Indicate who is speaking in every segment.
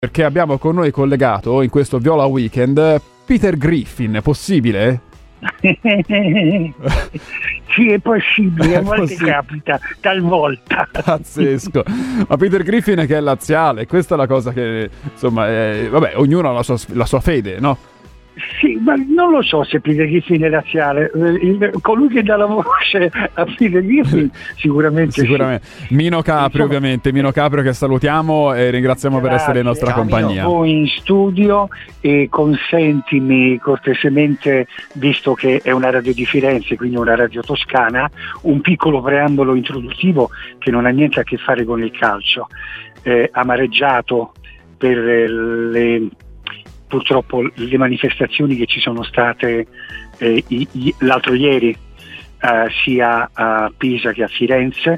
Speaker 1: perché abbiamo con noi collegato in questo Viola Weekend Peter Griffin. È possibile?
Speaker 2: Sì, è possibile, a volte capita, talvolta.
Speaker 1: Pazzesco. Ma Peter Griffin che è laziale, questa è la cosa che, insomma, vabbè, ognuno ha la sua fede, no?
Speaker 2: Sì, ma non lo so se Peter Griffin è razziale. Colui che dà la voce a Peter Griffin sicuramente.
Speaker 1: Sì. Mino Caprio, ovviamente. Mino Caprio, che salutiamo e ringraziamo. Grazie. Per essere in nostra compagnia.
Speaker 2: Voi in studio, e consentimi cortesemente, visto che è una radio di Firenze, quindi una radio toscana, un piccolo preambolo introduttivo che non ha niente a che fare con il calcio. Amareggiato per purtroppo le manifestazioni che ci sono state l'altro ieri sia a Pisa che a Firenze,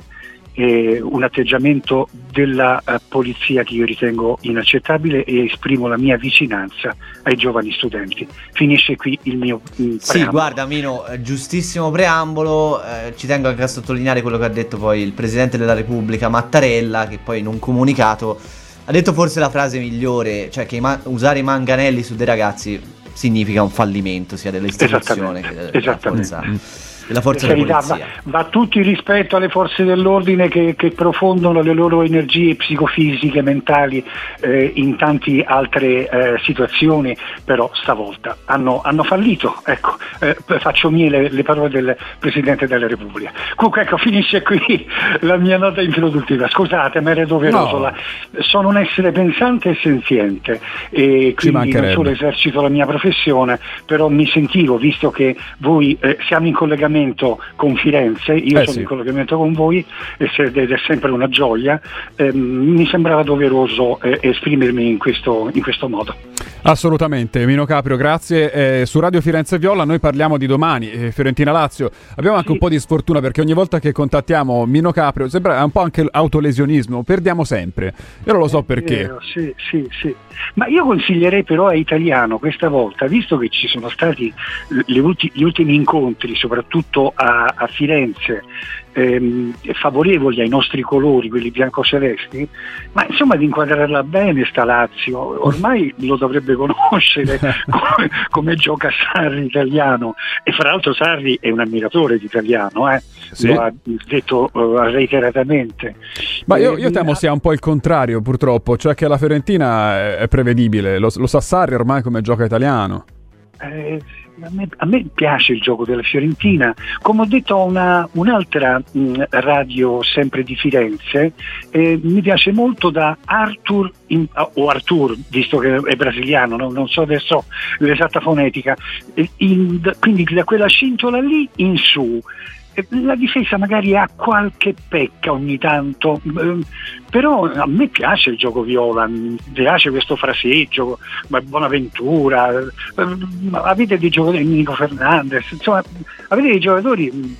Speaker 2: un atteggiamento della polizia che io ritengo inaccettabile, e esprimo la mia vicinanza ai giovani studenti. Finisce qui il mio preambolo.
Speaker 3: Sì, guarda Mino, giustissimo preambolo. Ci tengo anche a sottolineare quello che ha detto poi il Presidente della Repubblica Mattarella, che poi in un comunicato ha detto forse la frase migliore, cioè che usare i manganelli su dei ragazzi significa un fallimento sia dell'istituzione che della forza della polizia.
Speaker 2: Va tutti rispetto alle forze dell'ordine che profondono le loro energie psicofisiche, mentali, in tante altre situazioni, però stavolta hanno fallito. Ecco, faccio mie le parole del Presidente della Repubblica. Comunque, ecco, finisce qui la mia nota introduttiva. Scusate, ma era doveroso. No. Sono un essere pensante e senziente, e quindi non solo esercito la mia professione, però mi sentivo, visto che voi siamo in collegamento con Firenze, io sono in collegamento con voi, ed è sempre una gioia, mi sembrava doveroso esprimermi in questo modo.
Speaker 1: Assolutamente. Mino Caprio, grazie. Su Radio Firenze Viola noi parliamo di domani, Fiorentina-Lazio. Abbiamo anche un po' di sfortuna, perché ogni volta che contattiamo Mino Caprio sembra un po' anche autolesionismo, perdiamo sempre. Io non lo so perché.
Speaker 2: Sì. Ma io consiglierei però a Italiano questa volta, visto che ci sono stati gli ultimi incontri, soprattutto a Firenze, favorevoli ai nostri colori, quelli biancocelesti, ma insomma di inquadrarla bene sta Lazio. Ormai lo dovrebbe conoscere come gioca Sarri italiano, e fra l'altro Sarri è un ammiratore di Italiano, sì. Lo ha detto reiteratamente. Ma
Speaker 1: io temo sia un po' il contrario, purtroppo, cioè che la Fiorentina è prevedibile, lo sa Sarri ormai come gioca Italiano.
Speaker 2: A me piace il gioco della Fiorentina, come ho detto a un'altra radio sempre di Firenze, mi piace molto da Arthur, visto che è brasiliano, non so adesso l'esatta fonetica, quindi da quella cintola lì in su. La difesa magari ha qualche pecca ogni tanto, però a me piace il gioco viola, mi piace questo fraseggio, Bonaventura, avete dei giocatori, Nico Fernandez, insomma avete dei giocatori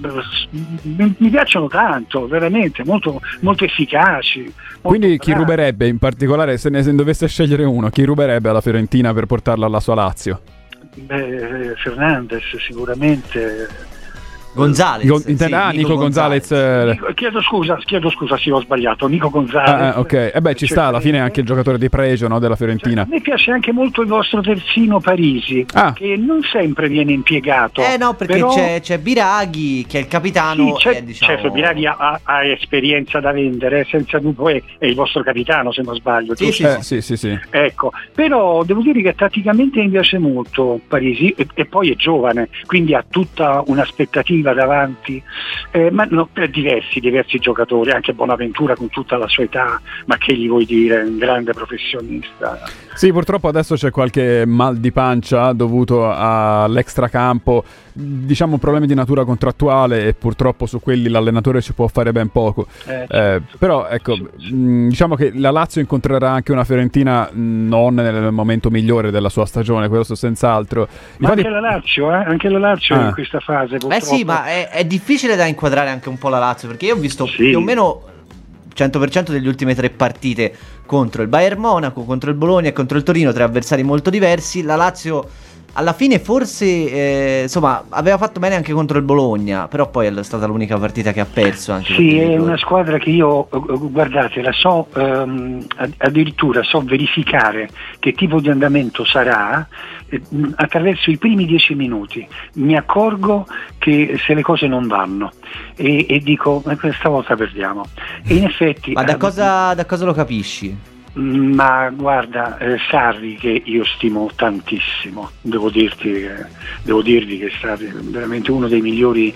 Speaker 2: mi piacciono tanto, veramente molto, molto efficaci, molto
Speaker 1: quindi chi ruberebbe, in particolare se ne dovesse scegliere uno, chi ruberebbe alla Fiorentina per portarla alla sua Lazio?
Speaker 2: Fernandez sicuramente.
Speaker 3: Gonzalez,
Speaker 1: Nico Gonzalez.
Speaker 2: Chiedo scusa, sì, ho sbagliato. Nico Gonzalez.
Speaker 1: Ok, ci sta alla fine anche il giocatore di pregio, no, della Fiorentina.
Speaker 2: A me piace anche molto il vostro terzino Parisi, che non sempre viene impiegato.
Speaker 3: No, perché però c'è Biraghi che è il capitano.
Speaker 2: Sì, certo, Biraghi ha esperienza da vendere, senza dubbio è il vostro capitano, se non sbaglio.
Speaker 1: Sì.
Speaker 2: Ecco, però devo dire che tatticamente mi piace molto Parisi, e poi è giovane, quindi ha tutta un'aspettativa davanti, ma no, diversi giocatori, anche Bonaventura con tutta la sua età, ma che gli vuoi dire, un grande professionista.
Speaker 1: Sì, purtroppo adesso c'è qualche mal di pancia dovuto all'extracampo, diciamo problemi di natura contrattuale, e purtroppo su quelli l'allenatore ci può fare ben poco. Però ecco, diciamo che la Lazio incontrerà anche una Fiorentina non nel momento migliore della sua stagione, questo senz'altro.
Speaker 2: Ma anche la Lazio in questa fase purtroppo.
Speaker 3: Sì, ma è difficile da inquadrare anche un po' la Lazio, perché io ho visto più o meno 100% delle ultime 3 partite contro il Bayern Monaco, contro il Bologna e contro il Torino, 3 avversari molto diversi. La Lazio alla fine forse insomma aveva fatto bene anche contro il Bologna, però poi è stata l'unica partita che ha perso anche.
Speaker 2: Sì, è una squadra che io, guardate, la so, addirittura so verificare che tipo di andamento sarà attraverso i primi 10 minuti. Mi accorgo che se le cose non vanno e dico, ma questa volta perdiamo. E in effetti...
Speaker 3: Ma da cosa lo capisci?
Speaker 2: Ma guarda, Sarri, che io stimo tantissimo, devo dirvi che è stato veramente uno dei migliori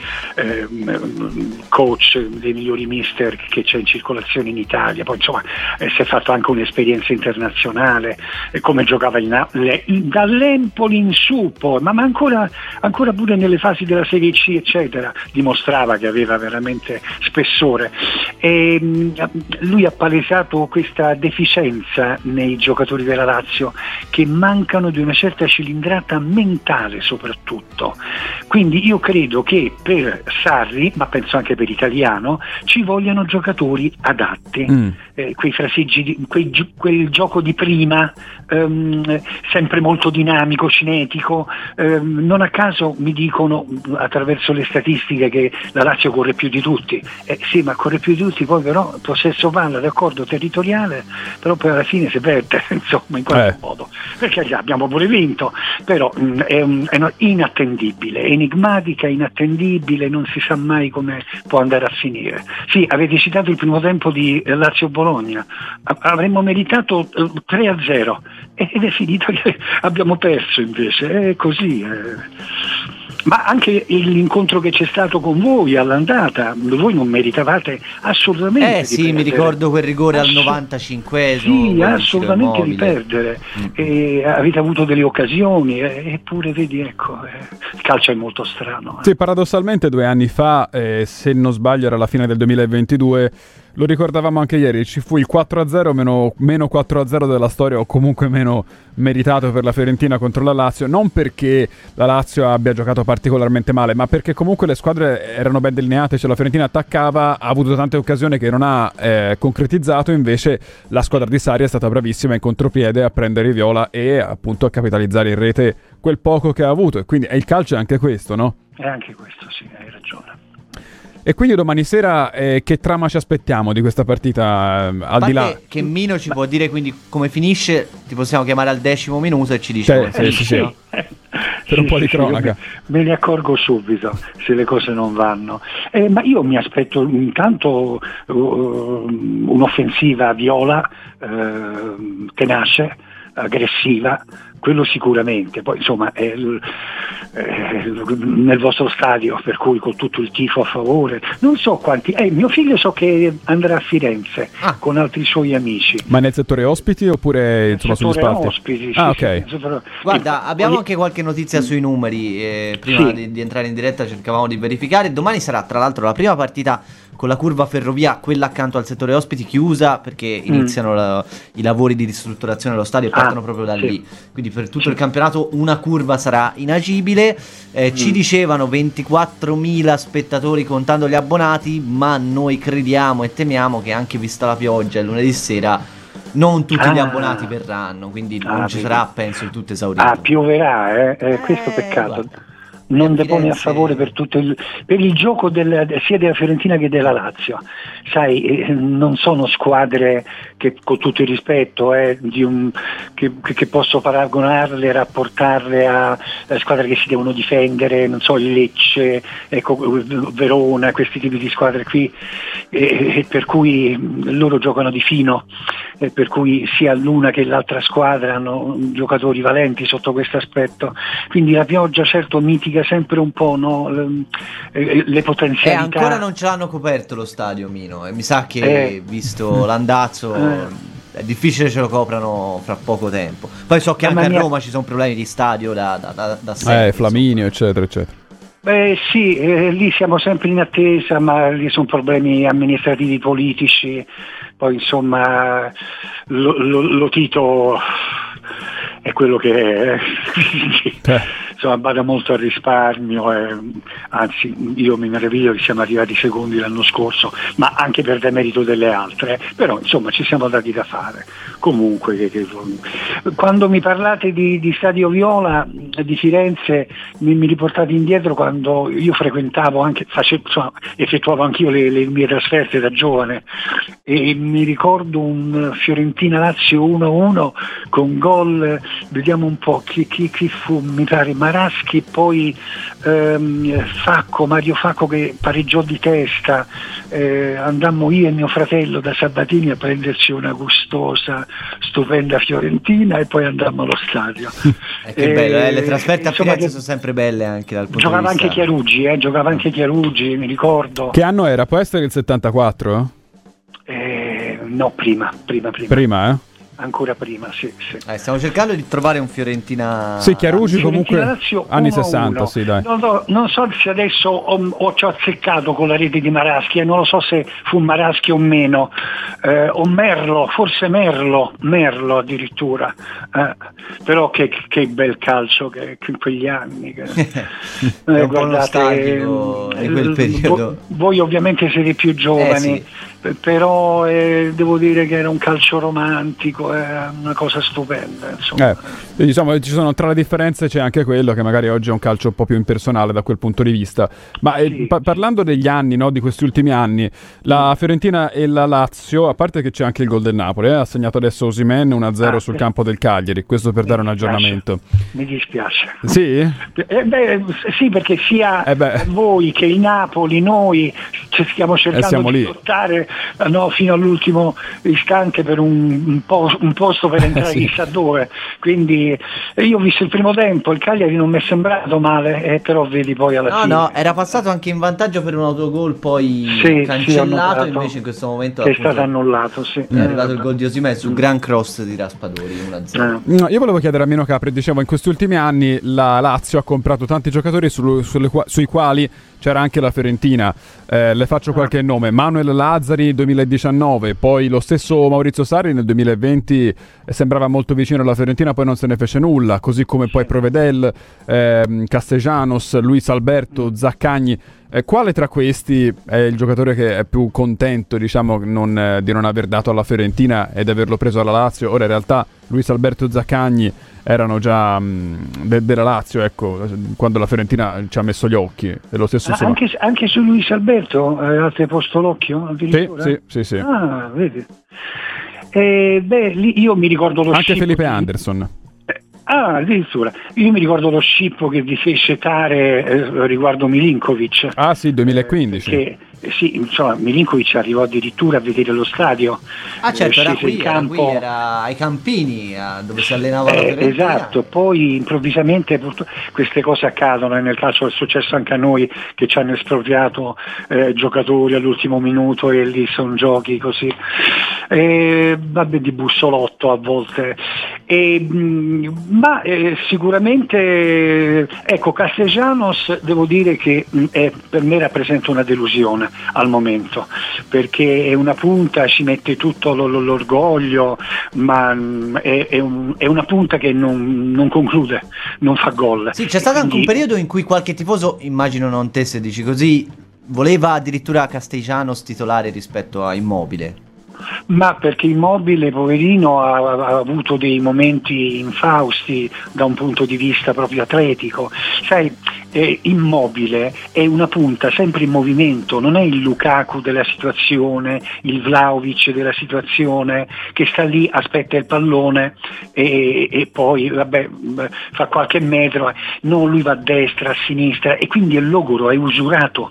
Speaker 2: coach, dei migliori mister che c'è in circolazione in Italia. Poi insomma si è fatto anche un'esperienza internazionale, come giocava dall'Empoli in su poi, ma ancora pure nelle fasi della Serie C eccetera, dimostrava che aveva veramente spessore. E lui ha palesato questa deficienza nei giocatori della Lazio, che mancano di una certa cilindrata mentale soprattutto. Quindi io credo che per Sarri, ma penso anche per Italiano, ci vogliano giocatori adatti, quei fraseggi, quel gioco di prima, sempre molto dinamico, cinetico. Non a caso mi dicono attraverso le statistiche che la Lazio corre più di tutti. Sì, ma corre più di tutti, poi però possesso palla, d'accordo, territoriale, però poi alla fine si perde, insomma, in qualche modo, perché abbiamo pure vinto, però è inattendibile, è enigmatica, inattendibile, non si sa mai come può andare a finire. Sì, avete citato il primo tempo di Lazio-Bologna, avremmo meritato 3-0 ed è finito che abbiamo perso invece, è così. Ma anche l'incontro che c'è stato con voi all'andata, voi non meritavate assolutamente di perdere.
Speaker 3: Mi ricordo quel rigore al 95esimo.
Speaker 2: Sì, assolutamente di perdere. Avete avuto delle occasioni, eppure vedi, ecco, il calcio è molto strano.
Speaker 1: Sì, paradossalmente 2 anni fa, se non sbaglio era la fine del 2022, lo ricordavamo anche ieri, ci fu il 4-0 meno 4-0 della storia, o comunque meno meritato per la Fiorentina contro la Lazio, non perché la Lazio abbia giocato particolarmente male, ma perché comunque le squadre erano ben delineate, cioè la Fiorentina attaccava, ha avuto tante occasioni che non ha concretizzato, invece la squadra di Sarri è stata bravissima in contropiede a prendere i viola e appunto a capitalizzare in rete quel poco che ha avuto, e quindi il calcio è anche questo, no?
Speaker 2: È anche questo, sì, hai ragione.
Speaker 1: E quindi domani sera che trama ci aspettiamo di questa partita, al di là
Speaker 3: che Mino ci può dire quindi come finisce, ti possiamo chiamare al 10° minuto e ci dice
Speaker 1: sì. Per un po' di cronaca.
Speaker 2: Me ne accorgo subito se le cose non vanno, ma io mi aspetto intanto un'offensiva viola, tenace, aggressiva, quello sicuramente. Poi insomma nel vostro stadio, per cui con tutto il tifo a favore, non so quanti, mio figlio so che andrà a Firenze con altri suoi amici.
Speaker 1: Ma nel settore ospiti oppure insomma sugli spalti?
Speaker 2: Ospiti, sì,
Speaker 1: ok.
Speaker 2: Sì,
Speaker 3: guarda, abbiamo anche qualche notizia sui numeri, prima di entrare in diretta cercavamo di verificare. Domani sarà tra l'altro la prima partita con la curva Ferrovia, quella accanto al settore ospiti, chiusa perché iniziano i lavori di ristrutturazione dello stadio e partono proprio da lì, quindi per tutto il campionato una curva sarà inagibile. Ci dicevano 24.000 spettatori contando gli abbonati, ma noi crediamo e temiamo che anche vista la pioggia e lunedì sera non tutti gli abbonati verranno, quindi non ci sarà, penso, il tutto esaurito.
Speaker 2: Pioverà, questo peccato. Guarda. Non depone a favore per il gioco sia della Fiorentina che della Lazio. Sai, non sono squadre che, con tutto il rispetto, che posso paragonarle, rapportarle a squadre che si devono difendere, non so, il Lecce, Verona, questi tipi di squadre qui, per cui loro giocano di fino, per cui sia l'una che l'altra squadra hanno giocatori valenti sotto questo aspetto. Quindi la pioggia certo mitiga sempre un po', no? Le potenzialità.
Speaker 3: Ancora non ce l'hanno coperto lo stadio, Mino, e mi sa che visto l'andazzo è difficile ce lo coprano fra poco tempo. Poi so che anche a Roma ci sono problemi di stadio da sempre,
Speaker 1: Flaminio, eccetera eccetera.
Speaker 2: Sì, lì siamo sempre in attesa, ma lì sono problemi amministrativi, politici. Poi insomma lo Tito è quello che è. insomma bada molto al risparmio, anzi io mi meraviglio che siamo arrivati secondi l'anno scorso, ma anche per demerito delle altre, però insomma ci siamo dati da fare. Comunque quando mi parlate di Stadio Viola di Firenze mi riportate indietro quando io frequentavo anche, effettuavo anch'io le mie trasferte da giovane, e mi ricordo un Fiorentina-Lazio 1-1 con gol, vediamo un po' chi fu, mi pare Maraschi, poi Mario Facco che pareggiò di testa, andammo io e mio fratello da Sabatini a prenderci una gustosa stupenda Fiorentina e poi andammo allo stadio.
Speaker 3: Che bello, le trasferte a Firenze sono sempre belle anche dal punto di vista.
Speaker 2: Giocava anche Chiarugi, mi ricordo.
Speaker 1: Che anno era? Può essere il 74?
Speaker 2: No, prima.
Speaker 1: Prima,
Speaker 2: Ancora prima, sì.
Speaker 3: Stiamo cercando di trovare un Fiorentina.
Speaker 1: Sì, Chiarugi comunque
Speaker 2: Lazio,
Speaker 1: anni 60, sì, dai.
Speaker 2: Non so se adesso ci ho azzeccato con la rete di Maraschi, e non lo so se fu Maraschi o meno, o Merlo, forse Merlo addirittura. Però che bel calcio che in quegli anni.
Speaker 3: È un po' nostalgico di quel periodo.
Speaker 2: Voi ovviamente siete più giovani.
Speaker 3: Sì.
Speaker 2: Però devo dire che era un calcio romantico, è una cosa stupenda, insomma.
Speaker 1: Diciamo, ci sono, tra le differenze c'è anche quello che magari oggi è un calcio un po' più impersonale da quel punto di vista, ma parlando degli anni, no, di questi ultimi anni, la Fiorentina e la Lazio, a parte che c'è anche il gol del Napoli, ha segnato adesso Osimhen 1-0 sul campo del Cagliari, questo per dare un aggiornamento.
Speaker 2: Mi dispiace.
Speaker 1: Sì?
Speaker 2: Sì, perché sia voi che il Napoli, noi ci stiamo cercando di lottare fino all'ultimo istante per un posto per entrare chissà dove, quindi io ho visto il primo tempo, il Cagliari non mi è sembrato male, però vedi poi alla fine.
Speaker 3: No, era passato anche in vantaggio per un autogol poi cancellato, invece in questo momento
Speaker 2: è stato annullato, sì.
Speaker 3: È arrivato il gol di Osimhen su gran cross di Raspadori 1-0.
Speaker 1: No, io volevo chiedere a Mino Capri, dicevo, in questi ultimi anni la Lazio ha comprato tanti giocatori sui quali c'era anche la Fiorentina, le faccio qualche nome: Manuel Lazzari 2019, poi lo stesso Maurizio Sarri nel 2020 sembrava molto vicino alla Fiorentina, poi non se ne fece nulla, così come poi Provedel, Castellanos, Luis Alberto, Zaccagni. Quale tra questi è il giocatore che è più contento, diciamo, di non aver dato alla Fiorentina ed averlo preso alla Lazio? Ora in realtà Luis Alberto e Zaccagni erano già della Lazio, ecco, quando la Fiorentina ci ha messo gli occhi. E lo stesso
Speaker 2: anche su Luis Alberto avete posto l'occhio addirittura?
Speaker 1: Sì.
Speaker 2: Ah, vedi. Lì io mi ricordo lo
Speaker 1: anche Felipe Anderson.
Speaker 2: Addirittura. Io mi ricordo lo scippo che vi fece Tare riguardo Milinkovic.
Speaker 1: Ah sì, 2015.
Speaker 2: Sì, insomma, Milinkovic arrivò addirittura a vedere lo stadio.
Speaker 3: Certo, era ai Campini, dove si allenava la Fiorentina.
Speaker 2: Esatto, poi improvvisamente queste cose accadono, e nel calcio è successo anche a noi, che ci hanno espropriato giocatori all'ultimo minuto, e lì sono giochi così, di bussolotto a volte. Ma sicuramente, ecco, Castellanos devo dire che per me rappresenta una delusione al momento, perché è una punta, ci mette tutto l'orgoglio, ma è una punta che non conclude, non fa gol.
Speaker 3: Sì, c'è stato anche un periodo in cui qualche tifoso, immagino non te se dici così, voleva addirittura Castellanos titolare rispetto a Immobile.
Speaker 2: Ma perché Immobile, poverino, ha avuto dei momenti infausti da un punto di vista proprio atletico. Sai, Immobile è una punta sempre in movimento, non è il Lukaku della situazione, il Vlahovic della situazione, che sta lì, aspetta il pallone e poi fa qualche metro. No, lui va a destra, a sinistra, e quindi è logoro, è usurato.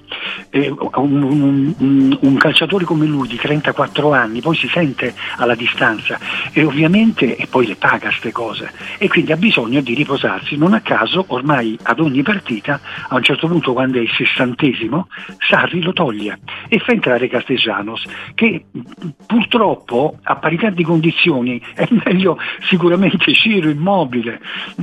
Speaker 2: Un calciatore come lui di 34 anni poi si sente alla distanza, e ovviamente poi le paga ste cose, e quindi ha bisogno di riposarsi. Non a caso ormai ad ogni partita, a un certo punto, quando è il 60°, Sarri lo toglie e fa entrare Castellanos, che purtroppo a parità di condizioni è meglio sicuramente Ciro Immobile,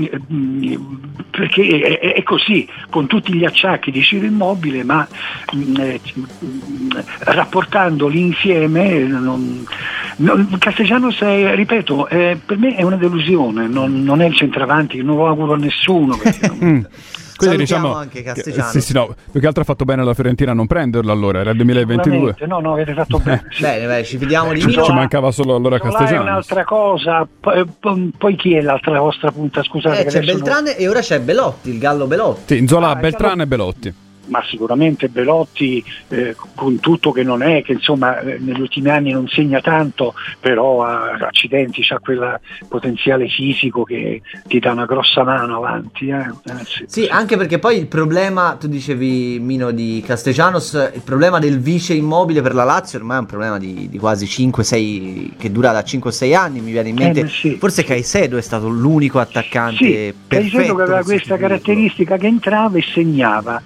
Speaker 2: perché è così, con tutti gli acciacchi di Ciro Immobile, ma rapportandoli insieme Castellanos, ripeto, per me è una delusione, non è il centravanti, non lo auguro a nessuno.
Speaker 1: Quindi diciamo
Speaker 3: anche Castellanos.
Speaker 1: Sì, no, più che altro ha fatto bene la Fiorentina a non prenderlo, allora era il 2022.
Speaker 2: No, avete fatto bene. Sì.
Speaker 3: Bene, ci fidiamo di Mino.
Speaker 1: Ci mancava solo allora Castellanos.
Speaker 2: È un'altra cosa, poi chi è l'altra vostra punta, scusate?
Speaker 3: C'è Beltrán e ora c'è Belotti, il Gallo Belotti.
Speaker 1: Sì, Nzola, Beltrán e Belotti.
Speaker 2: Ma sicuramente Belotti, con tutto che non è, che insomma negli ultimi anni non segna tanto, però ha accidenti, c'ha quel potenziale fisico che ti dà una grossa mano avanti.
Speaker 3: Sì, anche perché poi il problema, tu dicevi Mino di Castellanos, il problema del vice Immobile per la Lazio ormai è un problema di quasi 5-6, che dura da 5-6 anni, mi viene in mente.
Speaker 2: Sì.
Speaker 3: Forse Caicedo è stato l'unico attaccante perfetto.
Speaker 2: Caicedo che aveva questa caratteristica che entrava e segnava.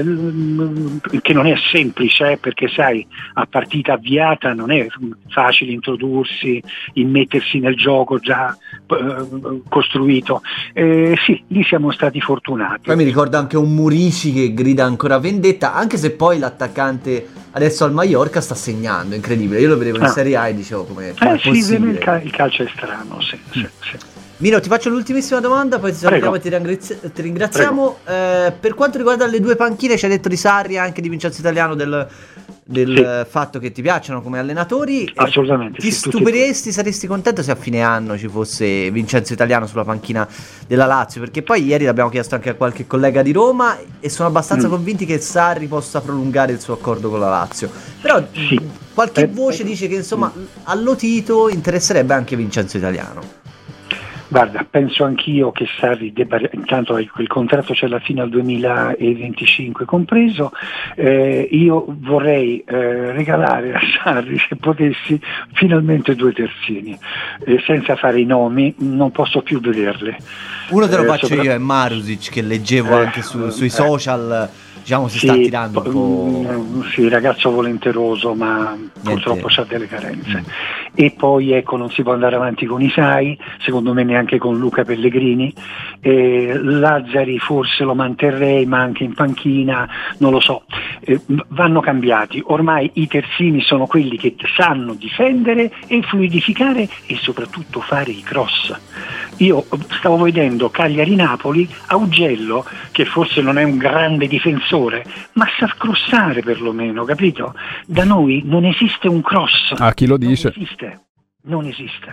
Speaker 2: Che non è semplice, perché sai, a partita avviata non è facile introdursi, immettersi nel gioco già costruito. Sì, lì siamo stati fortunati.
Speaker 3: Poi mi ricordo anche un Murici che grida ancora vendetta, anche se poi l'attaccante adesso al Mallorca sta segnando, incredibile. Io lo vedevo in Serie A e dicevo come è possibile.
Speaker 2: Il calcio è strano, sì.
Speaker 3: Mino, ti faccio l'ultimissima domanda, poi ti salutiamo e ti ringraziamo. Per quanto riguarda le due panchine, ci hai detto di Sarri e anche di Vincenzo Italiano del fatto che ti piacciono come allenatori.
Speaker 2: Assolutamente.
Speaker 3: Ti stupiresti, saresti contento se a fine anno ci fosse Vincenzo Italiano sulla panchina della Lazio? Perché poi ieri l'abbiamo chiesto anche a qualche collega di Roma e sono abbastanza convinti che Sarri possa prolungare il suo accordo con la Lazio. Però qualche voce dice che insomma allo Tito interesserebbe anche Vincenzo Italiano.
Speaker 2: Guarda, penso anch'io che Sarri debba, intanto il contratto c'è alla fine al 2025 compreso, io vorrei regalare a Sarri, se potessi, finalmente 2 terzini, senza fare i nomi, non posso più vederle.
Speaker 3: Uno te lo faccio io, è Marusic, che leggevo anche sui social. Diciamo si sta tirando un po'.
Speaker 2: Sì, ragazzo volenteroso, ma purtroppo c'ha delle carenze. E poi ecco, non si può andare avanti con Isai, secondo me neanche con Luca Pellegrini. Lazzari forse lo manterrei, ma anche in panchina, non lo so. Vanno cambiati. Ormai i terzini sono quelli che sanno difendere e fluidificare e soprattutto fare i cross. Io stavo vedendo Cagliari-Napoli, Augello, che forse non è un grande difensore, ma sa crossare perlomeno, capito? Da noi non esiste un cross.
Speaker 1: Ah, chi lo dice?
Speaker 2: Non esiste.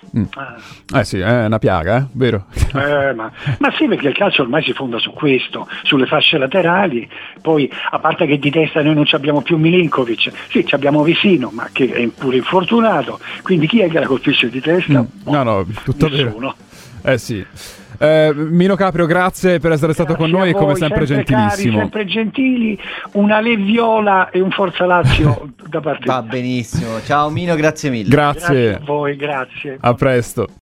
Speaker 1: Sì, è una piaga, vero?
Speaker 2: Ma sì, perché il calcio ormai si fonda su questo, sulle fasce laterali. Poi, a parte che di testa noi non abbiamo più Milinkovic, sì, abbiamo Vesino, ma che è pure infortunato. Quindi chi è che la colpisce di testa?
Speaker 1: No, tutto
Speaker 2: nessuno.
Speaker 1: Vero. Sì. Mino Caprio, grazie per essere stato con noi, e come sempre gentilissimo.
Speaker 2: Cari, sempre gentili, una Leviola e un Forza Lazio da parte.
Speaker 3: Va benissimo. Ciao Mino, grazie mille.
Speaker 1: Grazie
Speaker 2: a voi, grazie.
Speaker 1: A presto.